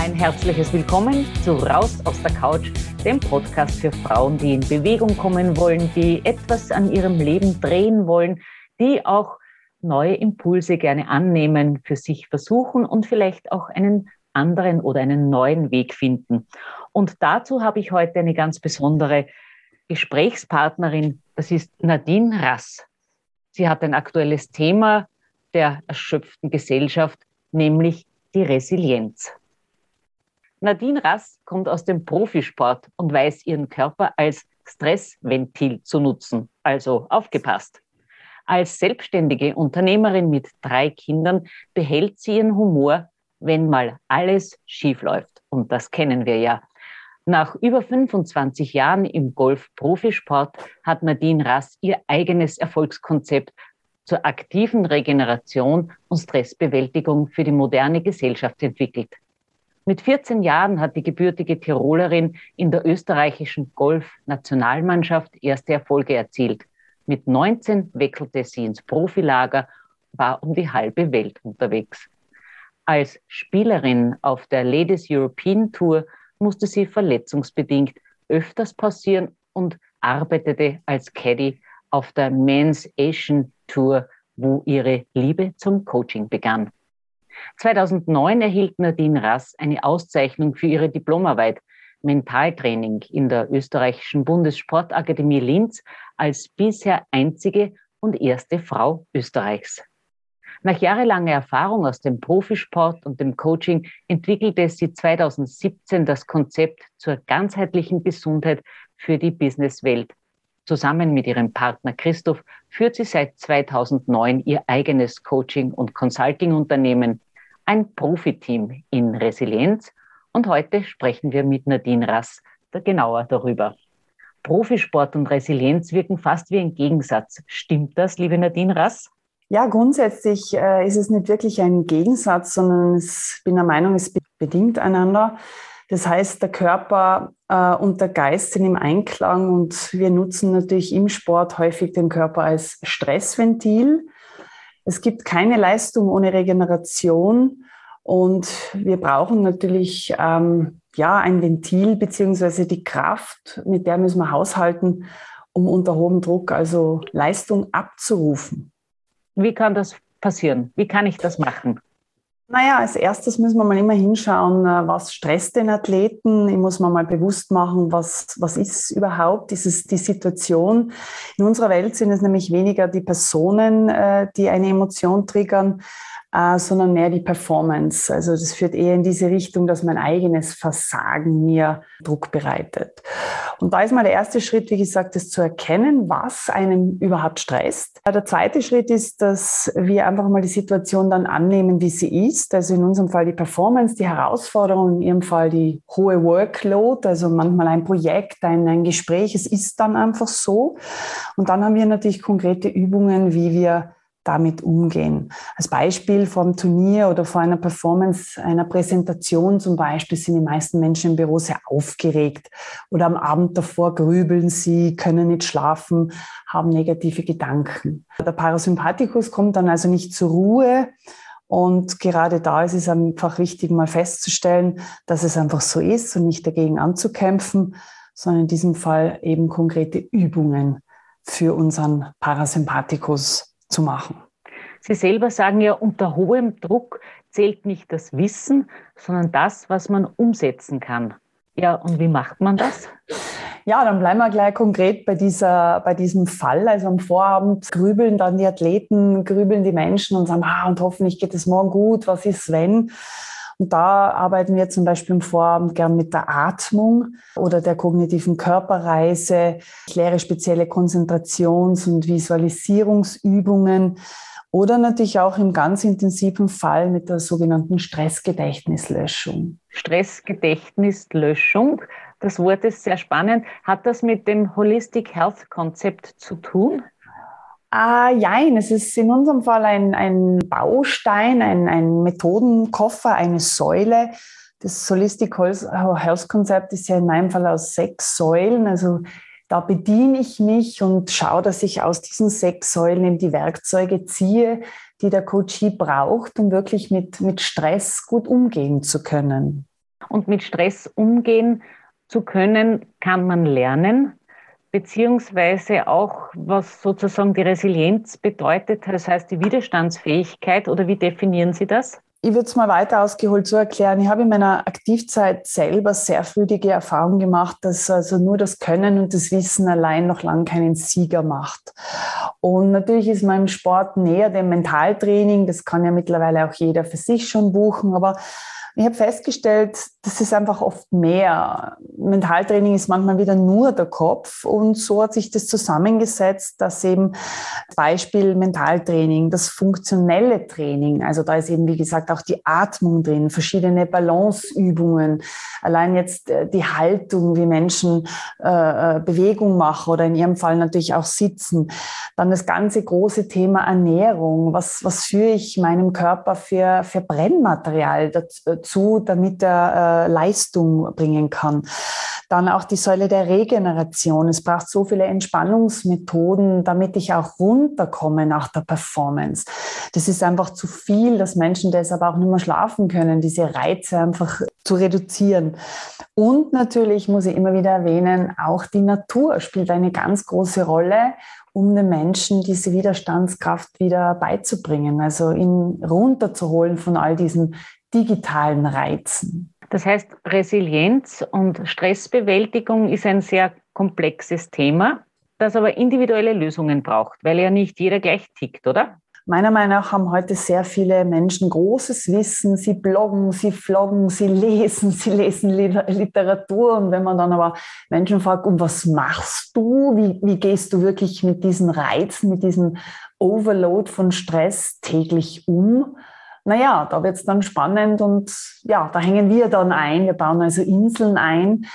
Ein herzliches Willkommen zu Raus aus der Couch, dem Podcast für Frauen, die in Bewegung kommen wollen, die etwas an ihrem Leben drehen wollen, die auch neue Impulse gerne annehmen, für sich versuchen und vielleicht auch einen anderen oder einen neuen Weg finden. Und dazu habe ich heute eine ganz besondere Gesprächspartnerin, das ist Nadine Rass. Sie hat ein aktuelles Thema der erschöpften Gesellschaft, nämlich die Resilienz. Nadine Rass kommt aus dem Profisport und weiß ihren Körper als Stressventil zu nutzen. Also aufgepasst. Als selbstständige Unternehmerin mit 3 Kindern behält sie ihren Humor, wenn mal alles schief läuft. Und das kennen wir ja. Nach über 25 Jahren im Golf-Profisport hat Nadine Rass ihr eigenes Erfolgskonzept zur aktiven Regeneration und Stressbewältigung für die moderne Gesellschaft entwickelt. Mit 14 Jahren hat die gebürtige Tirolerin in der österreichischen Golf-Nationalmannschaft erste Erfolge erzielt. Mit 19 wechselte sie ins Profilager, war um die halbe Welt unterwegs. Als Spielerin auf der Ladies European Tour musste sie verletzungsbedingt öfters pausieren und arbeitete als Caddy auf der Men's Asian Tour, wo ihre Liebe zum Coaching begann. 2009 erhielt Nadine Rass eine Auszeichnung für ihre Diplomarbeit Mentaltraining in der österreichischen Bundessportakademie Linz als bisher einzige und erste Frau Österreichs. Nach jahrelanger Erfahrung aus dem Profisport und dem Coaching entwickelte sie 2017 das Konzept zur ganzheitlichen Gesundheit für die Businesswelt. Zusammen mit ihrem Partner Christoph führt sie seit 2009 ihr eigenes Coaching- und Consulting-Unternehmen, ein Profiteam in Resilienz. Und heute sprechen wir mit Nadine Rass genauer darüber. Profisport und Resilienz wirken fast wie ein Gegensatz. Stimmt das, liebe Nadine Rass? Ja, grundsätzlich ist es nicht wirklich ein Gegensatz, sondern ich bin der Meinung, es bedingt einander. Das heißt, der Körper und der Geist sind im Einklang und wir nutzen natürlich im Sport häufig den Körper als Stressventil. Es gibt keine Leistung ohne Regeneration und wir brauchen natürlich ein Ventil beziehungsweise die Kraft, mit der müssen wir haushalten, um unter hohem Druck also Leistung abzurufen. Wie kann das passieren? Wie kann ich das machen? Naja, als erstes müssen wir mal immer hinschauen, was stresst den Athleten. Ich muss mir mal bewusst machen, was ist überhaupt, ist es die Situation. In unserer Welt sind es nämlich weniger die Personen, die eine Emotion triggern, sondern mehr die Performance. Also das führt eher in diese Richtung, dass mein eigenes Versagen mir Druck bereitet. Und da ist mal der erste Schritt, wie gesagt, das zu erkennen, was einem überhaupt stresst. Der zweite Schritt ist, dass wir einfach mal die Situation dann annehmen, wie sie ist. Also in unserem Fall die Performance, die Herausforderung, in ihrem Fall die hohe Workload, also manchmal ein Projekt, ein Gespräch. Es ist dann einfach so. Und dann haben wir natürlich konkrete Übungen, wie wir damit umgehen. Als Beispiel vor einem Turnier oder vor einer Performance, einer Präsentation zum Beispiel, sind die meisten Menschen im Büro sehr aufgeregt oder am Abend davor grübeln sie, können nicht schlafen, haben negative Gedanken. Der Parasympathikus kommt dann also nicht zur Ruhe und gerade da ist es einfach wichtig, mal festzustellen, dass es einfach so ist und nicht dagegen anzukämpfen, sondern in diesem Fall eben konkrete Übungen für unseren Parasympathikus zu machen. Sie selber sagen ja, unter hohem Druck zählt nicht das Wissen, sondern das, was man umsetzen kann. Ja, und wie macht man das? Ja, dann bleiben wir gleich konkret bei diesem Fall. Also am Vorabend grübeln dann die Athleten, grübeln die Menschen und sagen, und hoffentlich geht es morgen gut, was ist wenn? Und da arbeiten wir zum Beispiel am Vorabend gern mit der Atmung oder der kognitiven Körperreise. Ich lehre spezielle Konzentrations- und Visualisierungsübungen oder natürlich auch im ganz intensiven Fall mit der sogenannten Stressgedächtnislöschung. Stressgedächtnislöschung, das Wort ist sehr spannend. Hat das mit dem Holistic Health Konzept zu tun? Jein, es ist in unserem Fall ein Baustein, ein Methodenkoffer, eine Säule. Das Holistic Health Konzept ist ja in meinem Fall aus 6 Säulen. Also da bediene ich mich und schaue, dass ich aus diesen 6 Säulen eben die Werkzeuge ziehe, die der Coachee braucht, um wirklich mit Stress gut umgehen zu können. Und mit Stress umgehen zu können, kann man lernen, beziehungsweise auch, was sozusagen die Resilienz bedeutet, das heißt die Widerstandsfähigkeit, oder wie definieren Sie das? Ich würde es mal weiter ausgeholt so erklären. Ich habe in meiner Aktivzeit selber sehr früh die Erfahrung gemacht, dass also nur das Können und das Wissen allein noch lange keinen Sieger macht. Und natürlich ist mein Sport näher dem Mentaltraining. Das kann ja mittlerweile auch jeder für sich schon buchen. Aber ich habe festgestellt, das ist einfach oft mehr. Mentaltraining ist manchmal wieder nur der Kopf. Und so hat sich das zusammengesetzt, dass eben Beispiel Mentaltraining, das funktionelle Training, also da ist eben, wie gesagt, auch die Atmung drin, verschiedene Balanceübungen, allein jetzt die Haltung, wie Menschen Bewegung machen oder in ihrem Fall natürlich auch sitzen. Dann das ganze große Thema Ernährung. Was führe ich meinem Körper für Brennmaterial dazu, damit er Leistung bringen kann? Dann auch die Säule der Regeneration. Es braucht so viele Entspannungsmethoden, damit ich auch runterkomme nach der Performance. Das ist einfach zu viel, dass Menschen deshalb auch nicht mehr schlafen können, diese Reize einfach zu reduzieren. Und natürlich muss ich immer wieder erwähnen, auch die Natur spielt eine ganz große Rolle, um den Menschen diese Widerstandskraft wieder beizubringen, also ihn runterzuholen von all diesen digitalen Reizen. Das heißt, Resilienz und Stressbewältigung ist ein sehr komplexes Thema, das aber individuelle Lösungen braucht, weil ja nicht jeder gleich tickt, oder? Meiner Meinung nach haben heute sehr viele Menschen großes Wissen. Sie bloggen, sie vloggen, sie lesen Literatur. Und wenn man dann aber Menschen fragt, und was machst du? Wie gehst du wirklich mit diesen Reizen, mit diesem Overload von Stress täglich um? Naja, da wird es dann spannend und ja, da hängen wir dann ein. Wir bauen also Inseln ein,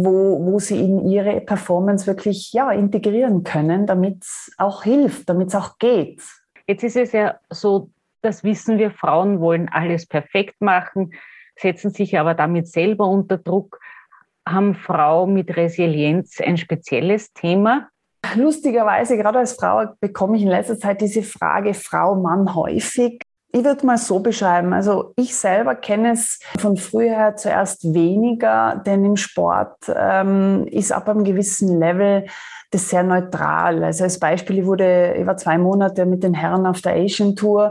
wo sie in ihre Performance wirklich integrieren können, damit es auch hilft, damit es auch geht. Jetzt ist es ja so, das wissen wir, Frauen wollen alles perfekt machen, setzen sich aber damit selber unter Druck. Haben Frauen mit Resilienz ein spezielles Thema? Lustigerweise, gerade als Frau bekomme ich in letzter Zeit diese Frage Frau, Mann häufig. Ich würde mal so beschreiben, also ich selber kenne es von früher zuerst weniger, denn im Sport ist ab einem gewissen Level das sehr neutral. Also als Beispiel, ich war 2 Monate mit den Herren auf der Asian Tour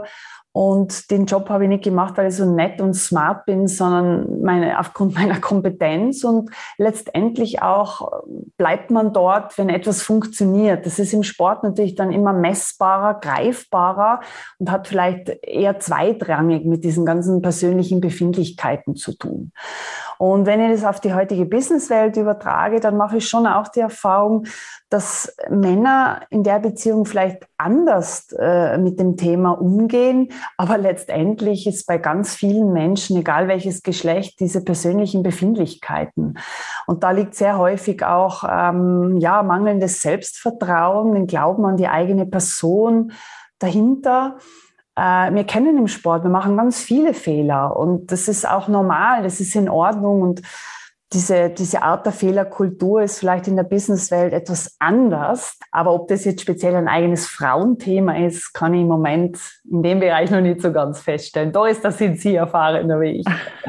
und den Job habe ich nicht gemacht, weil ich so nett und smart bin, sondern aufgrund meiner Kompetenz. Und letztendlich auch bleibt man dort, wenn etwas funktioniert. Das ist im Sport natürlich dann immer messbarer, greifbarer und hat vielleicht eher zweitrangig mit diesen ganzen persönlichen Befindlichkeiten zu tun. Und wenn ich das auf die heutige Businesswelt übertrage, dann mache ich schon auch die Erfahrung, dass Männer in der Beziehung vielleicht anders mit dem Thema umgehen, aber letztendlich ist bei ganz vielen Menschen, egal welches Geschlecht, diese persönlichen Befindlichkeiten. Und da liegt sehr häufig auch mangelndes Selbstvertrauen, den Glauben an die eigene Person dahinter. Wir kennen im Sport, wir machen ganz viele Fehler und das ist auch normal, das ist in Ordnung und diese Art der Fehlerkultur ist vielleicht in der Businesswelt etwas anders, aber ob das jetzt speziell ein eigenes Frauenthema ist, kann ich im Moment in dem Bereich noch nicht so ganz feststellen. Da sind Sie erfahrener wie ich.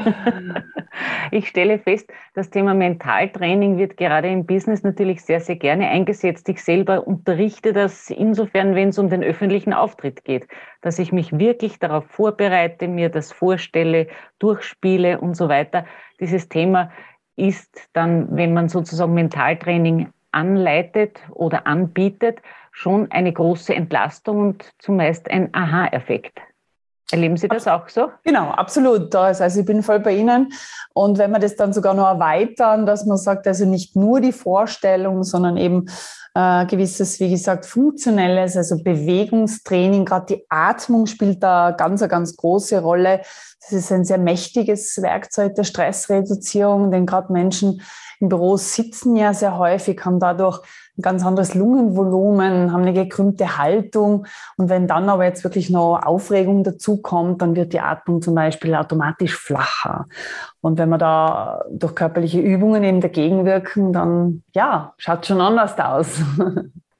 Ich stelle fest, das Thema Mentaltraining wird gerade im Business natürlich sehr, sehr gerne eingesetzt. Ich selber unterrichte das insofern, wenn es um den öffentlichen Auftritt geht, dass ich mich wirklich darauf vorbereite, mir das vorstelle, durchspiele und so weiter. Dieses Thema ist dann, wenn man sozusagen Mentaltraining anleitet oder anbietet, schon eine große Entlastung und zumeist ein Aha-Effekt. Erleben Sie das auch so? Genau, absolut. Also ich bin voll bei Ihnen. Und wenn wir das dann sogar noch erweitern, dass man sagt, also nicht nur die Vorstellung, sondern eben gewisses, wie gesagt, funktionelles, also Bewegungstraining, gerade die Atmung spielt da eine ganz große Rolle. Das ist ein sehr mächtiges Werkzeug der Stressreduzierung, denn gerade Menschen im Büro sitzen ja sehr häufig, haben dadurch ein ganz anderes Lungenvolumen, haben eine gekrümmte Haltung. Und wenn dann aber jetzt wirklich noch Aufregung dazukommt, dann wird die Atmung zum Beispiel automatisch flacher. Und wenn wir da durch körperliche Übungen eben dagegen wirken, dann schaut schon anders aus.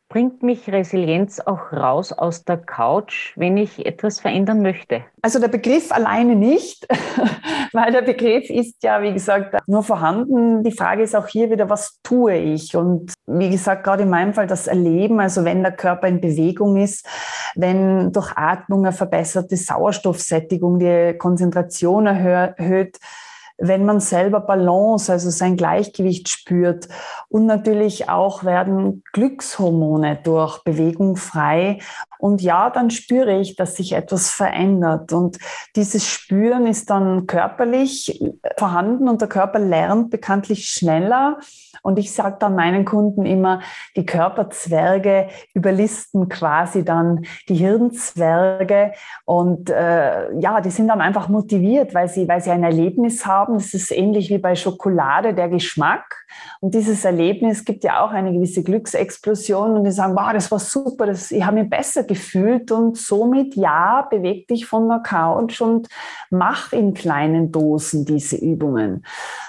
Bringt mich Resilienz auch raus aus der Couch, wenn ich etwas verändern möchte? Also der Begriff alleine nicht, weil der Begriff ist ja, wie gesagt, nur vorhanden. Die Frage ist auch hier wieder, was tue ich? Und wie gesagt, gerade in meinem Fall das Erleben, also wenn der Körper in Bewegung ist, wenn durch Atmung eine verbesserte Sauerstoffsättigung die Konzentration erhöht, wenn man selber Balance, also sein Gleichgewicht spürt. Und natürlich auch werden Glückshormone durch Bewegung frei. Und ja, dann spüre ich, dass sich etwas verändert. Und dieses Spüren ist dann körperlich vorhanden und der Körper lernt bekanntlich schneller. Und ich sage dann meinen Kunden immer, die Körperzwerge überlisten quasi dann die Hirnzwerge. Und die sind dann einfach motiviert, weil sie ein Erlebnis haben. Das ist ähnlich wie bei Schokolade, der Geschmack. Und dieses Erlebnis gibt ja auch eine gewisse Glücksexplosion. Und die sagen, wow, das war super, ich habe mich besser gefühlt. Und somit, ja, beweg dich von der Couch und mach in kleinen Dosen diese Übungen.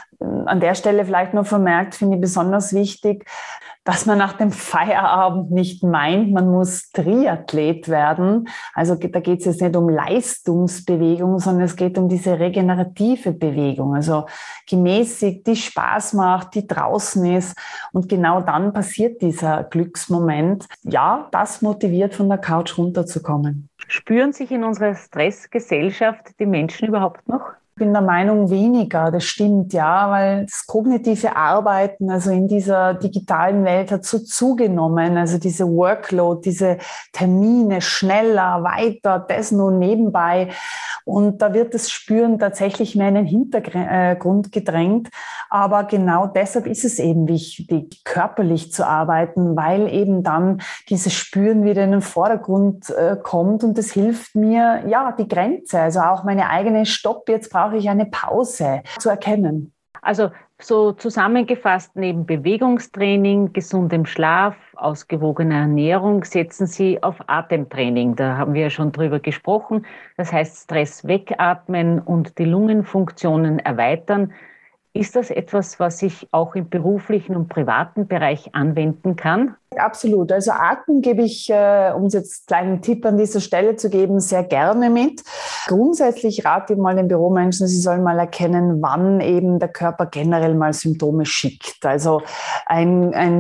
An der Stelle vielleicht noch vermerkt, finde ich besonders wichtig, dass man nach dem Feierabend nicht meint, man muss Triathlet werden. Also da geht es jetzt nicht um Leistungsbewegung, sondern es geht um diese regenerative Bewegung, also gemäßigt, die Spaß macht, die draußen ist. Und genau dann passiert dieser Glücksmoment. Ja, das motiviert, von der Couch runterzukommen. Spüren sich in unserer Stressgesellschaft die Menschen überhaupt noch? Ich bin der Meinung, weniger, das stimmt, ja, weil das kognitive Arbeiten, also in dieser digitalen Welt hat so zugenommen, also diese Workload, diese Termine, schneller, weiter, das nur nebenbei. Und da wird das Spüren tatsächlich mehr in den Hintergrund gedrängt. Aber genau deshalb ist es eben wichtig, körperlich zu arbeiten, weil eben dann dieses Spüren wieder in den Vordergrund kommt. Und das hilft mir, ja, die Grenze, also auch meine eigene Stopp, jetzt brauche ich eine Pause zu erkennen. Also so zusammengefasst, neben Bewegungstraining, gesundem Schlaf, ausgewogener Ernährung setzen Sie auf Atemtraining. Da haben wir ja schon drüber gesprochen. Das heißt, Stress wegatmen und die Lungenfunktionen erweitern. Ist das etwas, was ich auch im beruflichen und privaten Bereich anwenden kann? Absolut. Also Atmen gebe ich, um jetzt gleich einen Tipp an dieser Stelle zu geben, sehr gerne mit. Grundsätzlich rate ich mal den Büromenschen, sie sollen mal erkennen, wann eben der Körper generell mal Symptome schickt. Also eine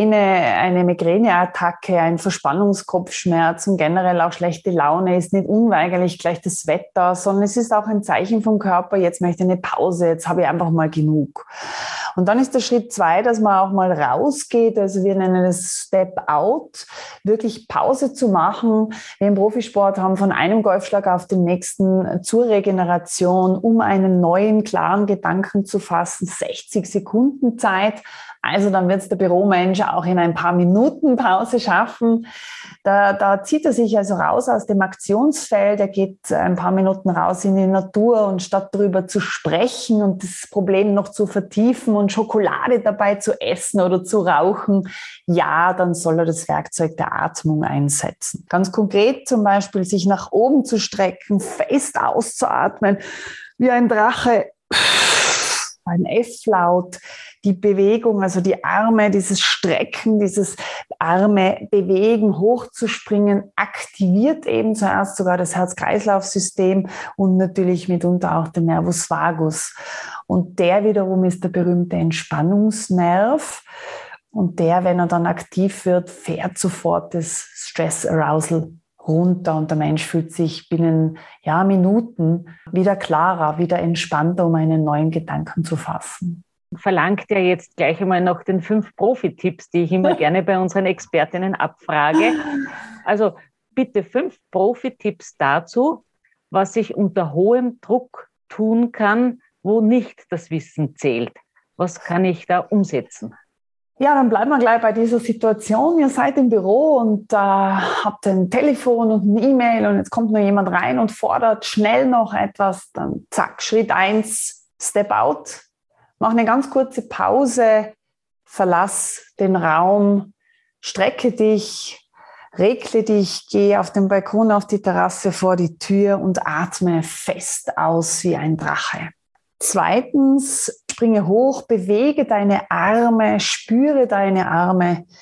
Migräneattacke, ein Verspannungskopfschmerz und generell auch schlechte Laune ist nicht unweigerlich gleich das Wetter, sondern es ist auch ein Zeichen vom Körper, jetzt möchte ich eine Pause, jetzt habe ich einfach mal genug. Und dann ist der Schritt 2, dass man auch mal rausgeht, also wir nennen es Step Out, wirklich Pause zu machen. Wir im Profisport haben von einem Golfschlag auf den nächsten zur Regeneration, um einen neuen, klaren Gedanken zu fassen, 60 Sekunden Zeit. Also dann wird es der Büromensch auch in ein paar Minuten Pause schaffen. Da zieht er sich also raus aus dem Aktionsfeld, er geht ein paar Minuten raus in die Natur und statt darüber zu sprechen und das Problem noch zu vertiefen und Schokolade dabei zu essen oder zu rauchen, ja, dann soll er das Werkzeug der Atmung einsetzen. Ganz konkret zum Beispiel sich nach oben zu strecken, fest auszuatmen, wie ein Drache, ein F-Laut, die Bewegung, also die Arme, dieses Strecken, dieses Arme bewegen, hochzuspringen, aktiviert eben zuerst sogar das Herz-Kreislauf-System und natürlich mitunter auch den Nervus vagus. Und der wiederum ist der berühmte Entspannungsnerv. Und der, wenn er dann aktiv wird, fährt sofort das Stress-Arousal runter und der Mensch fühlt sich binnen Minuten wieder klarer, wieder entspannter, um einen neuen Gedanken zu fassen. Verlangt ja jetzt gleich einmal noch den 5 Profi-Tipps, die ich immer gerne bei unseren Expertinnen abfrage. Also bitte 5 Profi-Tipps dazu, was ich unter hohem Druck tun kann, wo nicht das Wissen zählt. Was kann ich da umsetzen? Ja, dann bleiben wir gleich bei dieser Situation. Ihr seid im Büro und habt ein Telefon und eine E-Mail und jetzt kommt nur jemand rein und fordert schnell noch etwas. Dann zack, Schritt 1, Step Out. Mach eine ganz kurze Pause, verlass den Raum, strecke dich, regle dich, geh auf den Balkon, auf die Terrasse vor die Tür und atme fest aus wie ein Drache. 2, springe hoch, bewege deine Arme, spüre deine Arme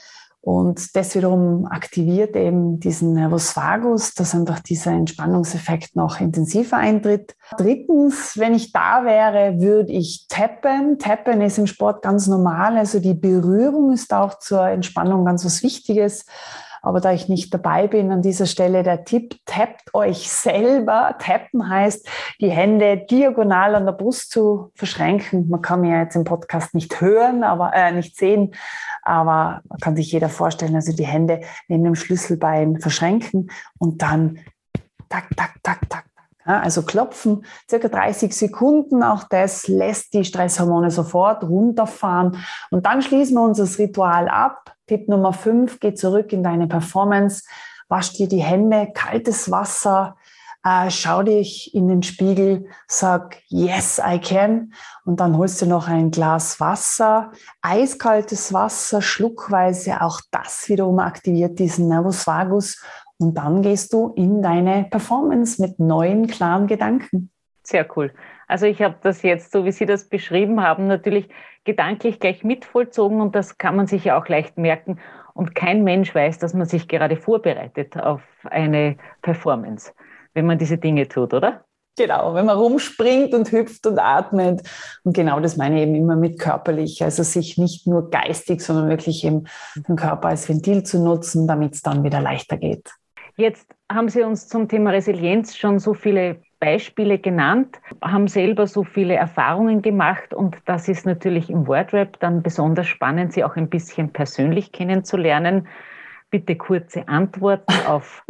Und das wiederum aktiviert eben diesen Nervus vagus, dass einfach dieser Entspannungseffekt noch intensiver eintritt. Drittens, wenn ich da wäre, würde ich tappen. Tappen ist im Sport ganz normal, also die Berührung ist auch zur Entspannung ganz was Wichtiges. Aber da ich nicht dabei bin, an dieser Stelle der Tipp, tappt euch selber. Tappen heißt, die Hände diagonal an der Brust zu verschränken. Man kann mich ja jetzt im Podcast nicht hören, aber nicht sehen, aber man kann sich jeder vorstellen, also die Hände neben dem Schlüsselbein verschränken und dann tak, tak, tak, tak. Ja, also klopfen, circa 30 Sekunden, auch das lässt die Stresshormone sofort runterfahren. Und dann schließen wir unser Ritual ab. Tipp Nummer 5, geh zurück in deine Performance, wasch dir die Hände, kaltes Wasser, schau dich in den Spiegel, sag yes, I can und dann holst du noch ein Glas Wasser, eiskaltes Wasser, schluckweise, auch das wiederum aktiviert diesen Nervus vagus. Und dann gehst du in deine Performance mit neuen, klaren Gedanken. Sehr cool. Also ich habe das jetzt, so wie Sie das beschrieben haben, natürlich gedanklich gleich mitvollzogen und das kann man sich ja auch leicht merken. Und kein Mensch weiß, dass man sich gerade vorbereitet auf eine Performance, wenn man diese Dinge tut, oder? Genau, wenn man rumspringt und hüpft und atmet. Und genau das meine ich eben immer mit körperlich. Also sich nicht nur geistig, sondern wirklich eben den Körper als Ventil zu nutzen, damit es dann wieder leichter geht. Jetzt haben Sie uns zum Thema Resilienz schon so viele Beispiele genannt, haben selber so viele Erfahrungen gemacht und das ist natürlich im Wordrap dann besonders spannend, Sie auch ein bisschen persönlich kennenzulernen. Bitte kurze Antworten auf,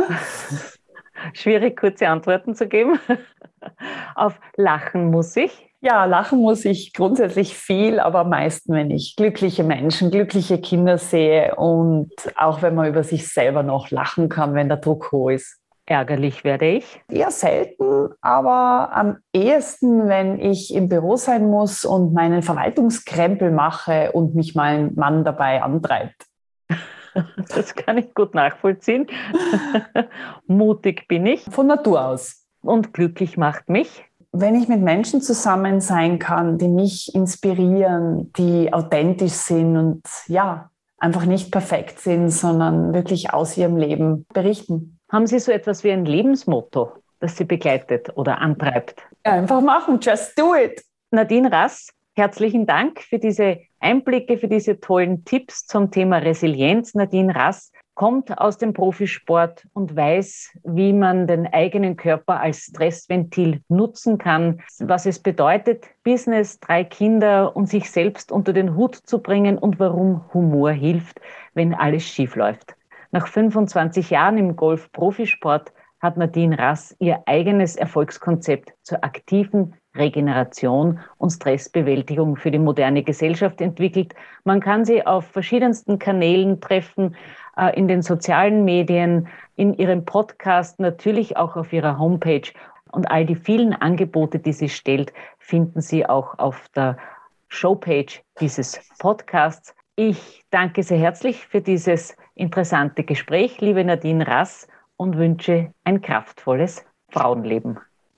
schwierig kurze Antworten zu geben, auf Lachen muss ich. Ja, lachen muss ich grundsätzlich viel, aber am meisten, wenn ich glückliche Menschen, glückliche Kinder sehe und auch wenn man über sich selber noch lachen kann, wenn der Druck hoch ist. Ärgerlich werde ich. Eher selten, aber am ehesten, wenn ich im Büro sein muss und meinen Verwaltungskrempel mache und mich mein Mann dabei antreibt. Das kann ich gut nachvollziehen. Mutig bin ich. Von Natur aus. Und glücklich macht mich. Wenn ich mit Menschen zusammen sein kann, die mich inspirieren, die authentisch sind und ja, einfach nicht perfekt sind, sondern wirklich aus ihrem Leben berichten. Haben Sie so etwas wie ein Lebensmotto, das Sie begleitet oder antreibt? Ja, einfach machen, just do it. Nadine Rass, herzlichen Dank für diese Einblicke, für diese tollen Tipps zum Thema Resilienz. Nadine Rass kommt aus dem Profisport und weiß, wie man den eigenen Körper als Stressventil nutzen kann, was es bedeutet, Business, 3 Kinder und sich selbst unter den Hut zu bringen und warum Humor hilft, wenn alles schief läuft. Nach 25 Jahren im Golf-Profisport hat Nadine Rass ihr eigenes Erfolgskonzept zur aktiven Regeneration und Stressbewältigung für die moderne Gesellschaft entwickelt. Man kann sie auf verschiedensten Kanälen treffen, in den sozialen Medien, in ihrem Podcast, natürlich auch auf ihrer Homepage. Und all die vielen Angebote, die sie stellt, finden Sie auch auf der Showpage dieses Podcasts. Ich danke sehr herzlich für dieses interessante Gespräch, liebe Nadine Rass, und wünsche ein kraftvolles Frauenleben.